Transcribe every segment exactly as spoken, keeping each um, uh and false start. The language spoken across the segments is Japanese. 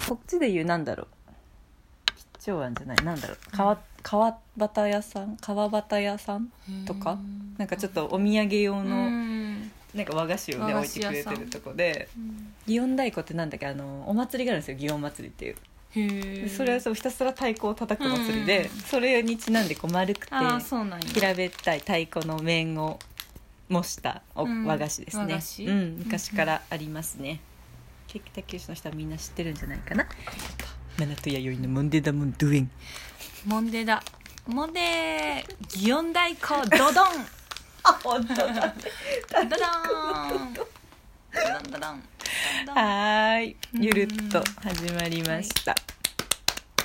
こっちで言うなんだろう吉兆庵じゃないなんだろう川川端屋さん川端屋さんとかなんかちょっとお土産用のなんか和菓子をね置いてくれてるとこで、祇園太鼓ってなんだっけあのお祭りがあるんですよ祇園祭りっていう。へそれはそうひたすら太鼓を叩く祭りで、それにちなんでこう丸くて平べったい太鼓の面を模したお、うん、和菓子ですね、うん、昔からありますね。北九州の人はみんな知ってるんじゃないかな。マナと弥生のモンデダモンドゥエンモンデだモンデ祇園太鼓ドドンあ本当だドドンドドンドドンはいゆるっと始まりました、はい、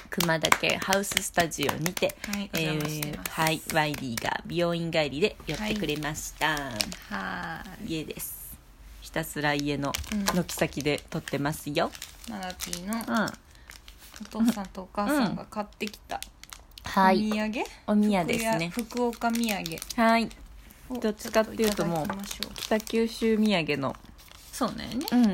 熊岳ハウススタジオにて、 はいえーはい、ワイディが美容院帰りで寄ってくれました、はい、 は家です。ひたすら家の軒先で撮ってますよ、 マナティの、 うんお父さんとお母さんが買ってきた、 うん、はいお土産お土産ですね。 福岡土産はいどっちかっていうともう北九州土産のそうね、 うん、 うん、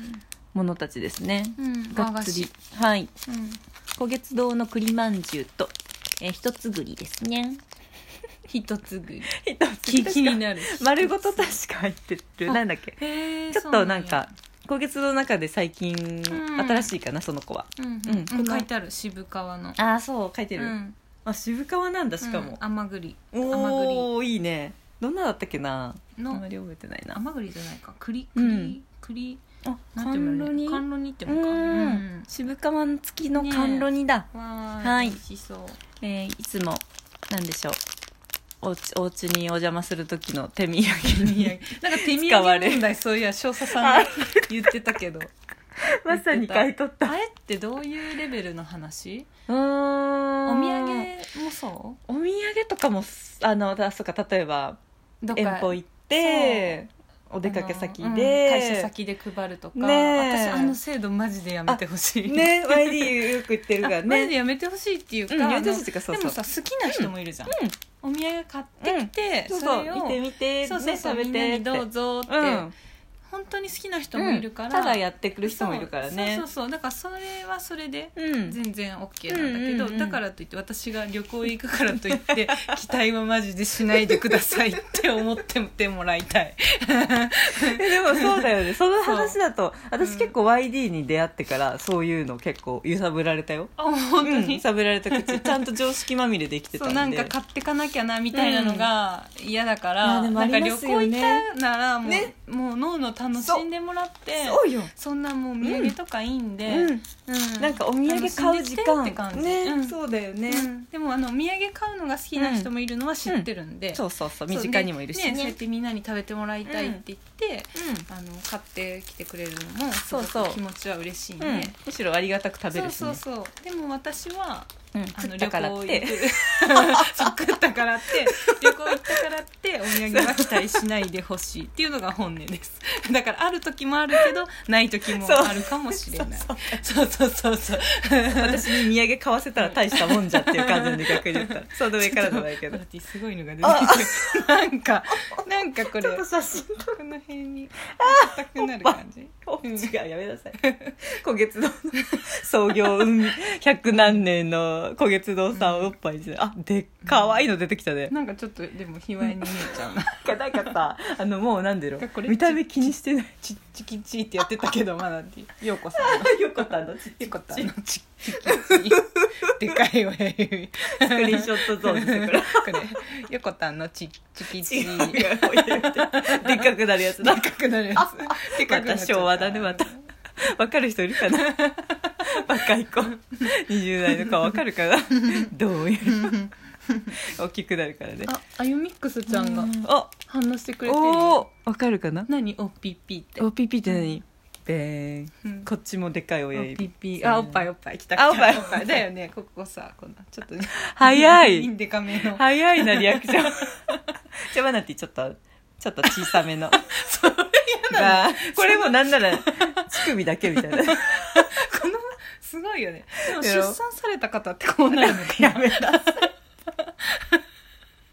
ものたちですね、 うん、 がっつりはい、 うん、 古月堂の栗まんじゅうと、えー、一つぐりですね。 一つぐり気気になる丸ごと確か入ってるなんだっけちょっとなんか古月堂の中で最近、うん、新しいかなその子は、 うんうんうん、書いてある渋川のあそう書いてる、うん、あ渋川なんだしかも、 うん、甘栗おーいいね。どんなだったっけなのあんまり覚えてないな。 甘栗じゃないか栗栗、うん、栗あ甘露煮甘露煮ってもか、うんうん、渋川付きの甘露煮だ、ね、 はい、美味しそう、 えー、いつもなんでしょうおうち、お家にお邪魔する時の手土産になんか手土産問題そういや少佐さんが言ってたけどまさに買い取ったあれってどういうレベルの話？ うーんお土産もそう？ お土産とかもあのだそうか例えば遠方行ってお出かけ先で、うん、 会社先で配るとか、ね、私あの制度マジでやめてほしいね ワイディー よく言ってるからねマジでやめてほしいっていうか、うん、 やめてほしいっていうかそうそうでもさ好きな人もいるじゃん、うん、お土産買ってきて、 うん、 それを見て見て、 そうそうそう、 ね、食べてみんなにどうぞって、うん本当に好きな人もいるから、 うん、ただやってくる人もいるからね。 そうそうそうだからそれはそれで全然 OK なんだけど、うんうんうんうん、だからといって私が旅行行くからといって期待はマジでしないでくださいって思っててもらいたいでもそうだよねその話だと私結構 ワイディー に出会ってからそういうの結構揺さぶられたよ。 あ本当に、 うん、揺さぶられた口ちゃんと常識まみれで生きてたんでそうなんか買ってかなきゃなみたいなのが嫌だから、うん、なんか旅行行ったならもう、ね、もう脳の楽しんでもらってそうよそんなもう土産とかいいんで、 うんうん、なんかお土産買う時間って感じ、 ねうん、 そうだよね、 うん、でもあのお土産買うのが好きな人もいるのは知ってるんで、 うんうん、そうそうそう身近にもいるし ね, ねそうやってみんなに食べてもらいたいって言って、うん、あの買ってきてくれるのもすごく気持ちは嬉しいんで、うん、 むしろありがたく食べるし、ね、 そうそうそうでも私はうん、 あの食ったからって食ったからって旅行行ったからってお土産は期待しないでほしいっていうのが本音ですだからある時もあるけどない時もあるかもしれないそうそうそうそう私に土産買わせたら大したもんじゃっていう感じで逆に言ったらその上からじゃないけどすごいのが出てきてなんかなんかこれちょっと写真この辺に置きたくなる感じ違うやめなさい古月堂の創業ひゃくなんねんの古月堂さんをおっぱいにして、うん、あでっかわいいの出てきたね、 なんかちょっとでも卑猥に見えちゃうななんかさあのもうなんでろ見た目気にしてないチッチキチってやってたけどまだようこさんのようこさんのチッチよこたんのチキチでかい親指スクリーンショットゾーンですよこれこれよこたんのチチキチでっかくなるやつでっかくなるやつでかくなっちゃったまた昭和だねまた分かる人いるかな若い子にじゅう代の子分かるかなどういう大きくなるからね。 あ、あゆミックスちゃんが反応してくれてる。 お分かるかな。 何おっぴっぴっておっぴっぴって何、うん、べーん、うん、こっちもでかい親指おっぴっぴあおっぱいおっぱいきたきたあおっぱいおっぱいだよねここさこんなちょっとね早いでかめの早いなリアクションじゃあマナティちょっとちょっと小さめのそれ嫌だ、ね、 これもなんなら乳首だけみたいなこのすごいよね。でも出産された方ってこうなるのやめなさい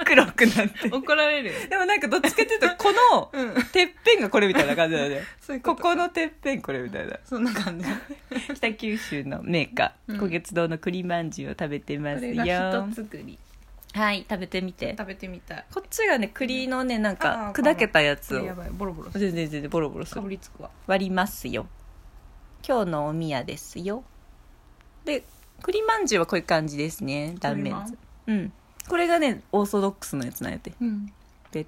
黒くなって怒られるでもなんかどっちかっていうとこのうんてっぺんがこれみたいな感じだよねそういうことこのてっぺんこれみたいなそんな感じ北九州のメーカーうん古月堂の栗まんじゅうを食べてますこれよが一作りはい食べてみて食べてみたいこっちがね栗のねなんかあー砕けたやつをやばいボロボロ全然全然ボロボロすかるぶりつくわ割りますよ今日のおみやですよで栗まんじゅうはこういう感じですね断面図うんこれがねオーソドックスのやつなんやてうんで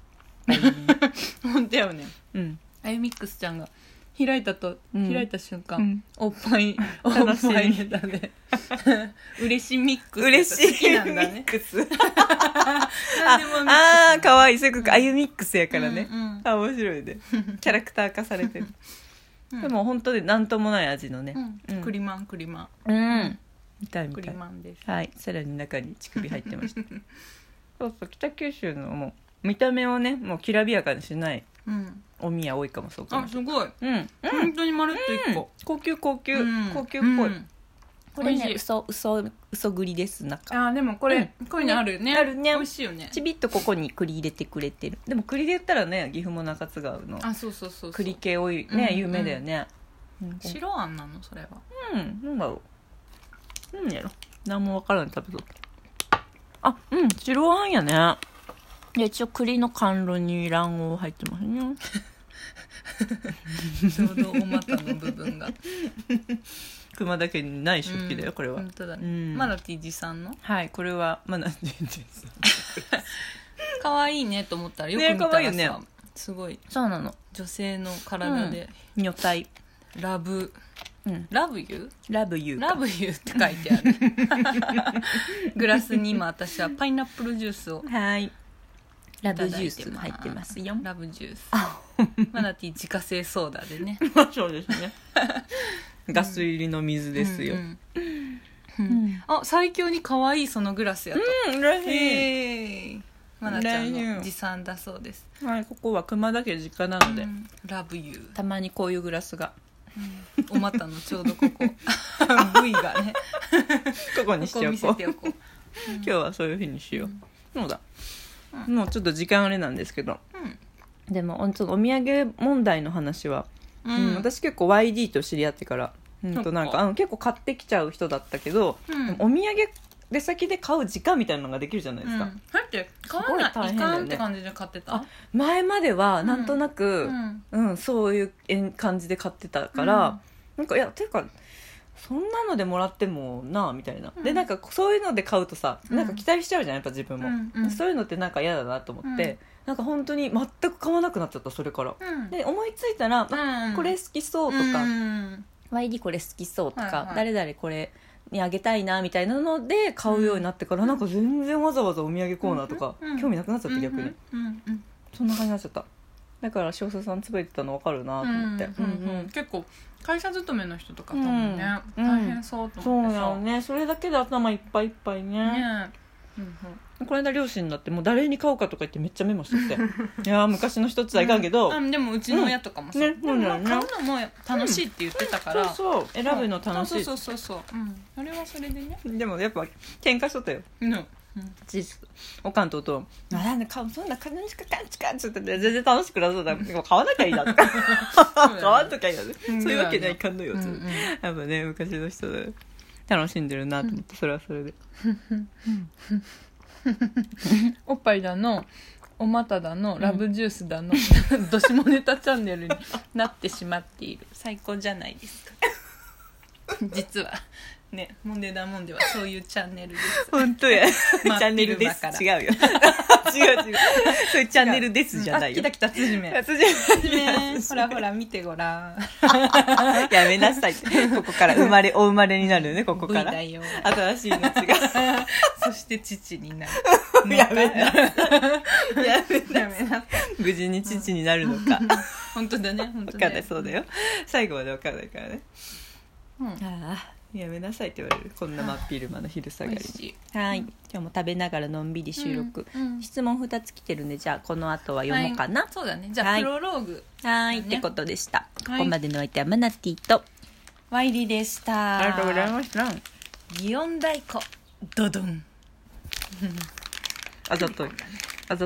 本当やよねうんアユミックスちゃんが開いたと、 うん開いた瞬間、 うんおっぱいおっ楽しみぱいネタで嬉しいミックス嬉しい好きなんだねミックス何でもミックスああーかわいいそういうことあゆミックスやからね、 うんうんあ面白いねキャラクター化されてる、 うんでも本当に何ともない味のねうん栗まん栗まんうん見たい見た栗いまんですはいさらに中に乳首入ってましたそうそう北九州のもう見た目をねもうきらびやかにしないうんおみや多いかもそうかもあすごいうんうん本当にまるっと一個高級高級、 うん高級っぽい、 うんこれね美味しい嘘嘘嘘栗です中あーでもこれこういうのあるよねあるね美味しいよねちびっとここに栗入れてくれてるでも栗で言ったらね岐阜も中津川のあそうそうそうそう栗系多いね、 うん有名だよね、うん、 白あんなのそれはうんなんだろうなんやろ何もわからん食べとったあうん白あんやねで一応栗の甘露に卵黄入ってますねちょうどお股の部分が熊田家にない食器だよ、これは本当だね、 うんマナティ持参のはいこれはまだ全然可愛いねと思ったらよくね見たらさ、 可愛いよねすごいそうなの女性の体で、 女体ラブうんラブユーラブユーラブユーって書いてあるグラスに今私はパイナップルジュースをはいラブいただいジュースてます入ってますよラブジュースマナティ自家製ソーダでねそうですねガス入りの水ですよ、 うんうんうんあ最強に可愛いそのグラスやと、 うん、らしい、 へえマナちゃん来週の持参だそうです、 はい、ここは熊田家実家なので、 うんラブユー、 たまにこういうグラスがうんお股のちょうどここ V がねここにしここ見ておこうせておこう今日はそういう風にしよう、そうだ、もうちょっと時間あれなんですけどでもちょっとお土産問題の話は、 ううんん私結構 ワイディー と知り合ってから、うん、 そっかとなんかあの結構買ってきちゃう人だったけど、 うんでもお土産出先で買う時間みたいなのができるじゃないですか、 うんだって買わないすごい大変だよねいかんって感じで買ってたあ前まではなんとなく、 うんうんそういうえん感じで買ってたから、なんかいやていうかそんなのでもらってもなあみたいな、 うんでなんかそういうので買うとさ、 うんなんか期待しちゃうじゃんやっぱ自分も、 うんうんそういうのってなんか嫌だなと思って、 うんなんか本当に全く買わなくなっちゃったそれから、 うんで思いついたら、あうんこれ好きそうとか、 うんワイディー これ好きそうとか、 はいはい誰々これにあげたいなみたいなので買うようになってから、なんか全然わざわざお土産コーナーとか、 うん興味なくなっちゃって逆に、 うんうんうんそんな感じになっちゃっただから少数さんつぶやいてたの分かるなと思って、 うんうんうん結構会社勤めの人とか多分ね、 うん大変そうとそう思ってさ、 だよねそれだけで頭いっぱいいっぱいねねうんこの間両親になってもう誰に買うかとか言ってめっちゃメモしてていやー昔の一つはいかんけど、 うん、でもうちの親とかもさ、 うんねでもまあそうだよね買うのも楽しいって言ってたから、 そうそう選ぶの楽しい、 そうそうそうそう、うん、あれはそれでねでもやっぱ喧嘩しとったようん、うん実おかんとと「あなんで買うそんな金にしかかんちかん」っつって全然楽しくなそうだでも買わなきゃいいなとか買わんとかいいな、ね、 うんそういうわけにはいかんのよ、 うんうんやっぱね昔の人で楽しんでるなと思ってそれはそれでおっぱいだのお股だのラブジュースだの、どしもネタチャンネルになってしまっている最高じゃないですか実はねモンデダモンデはそういうチャンネルです本当やチ真っャンネルです昼間から違うよ違う違うそういうチャンネルですじゃないよあ来た来た辻目辻ねほらほら見てごらんやめなさいってここから生まれお生まれになるねここから V だよ新しい命がそして父になるやめなやめやめなやめな無事に父になるのか本当だね本当分だかんないそうだよ最後まで分かんないからねうんああやめなさいって言われるこんな真っ昼間の昼下がり美味しいはい今日も食べながらのんびり収録、 うんうん質問ふたつ来てるんでじゃあこの後は読もうかなはいそうだねじゃあ、 はいプロローグはい、 ねってことでした、 はいここまでのお相手はマナティとワイリでしたありがとうございました祇園太鼓ドドンあざといクリコンだねあざ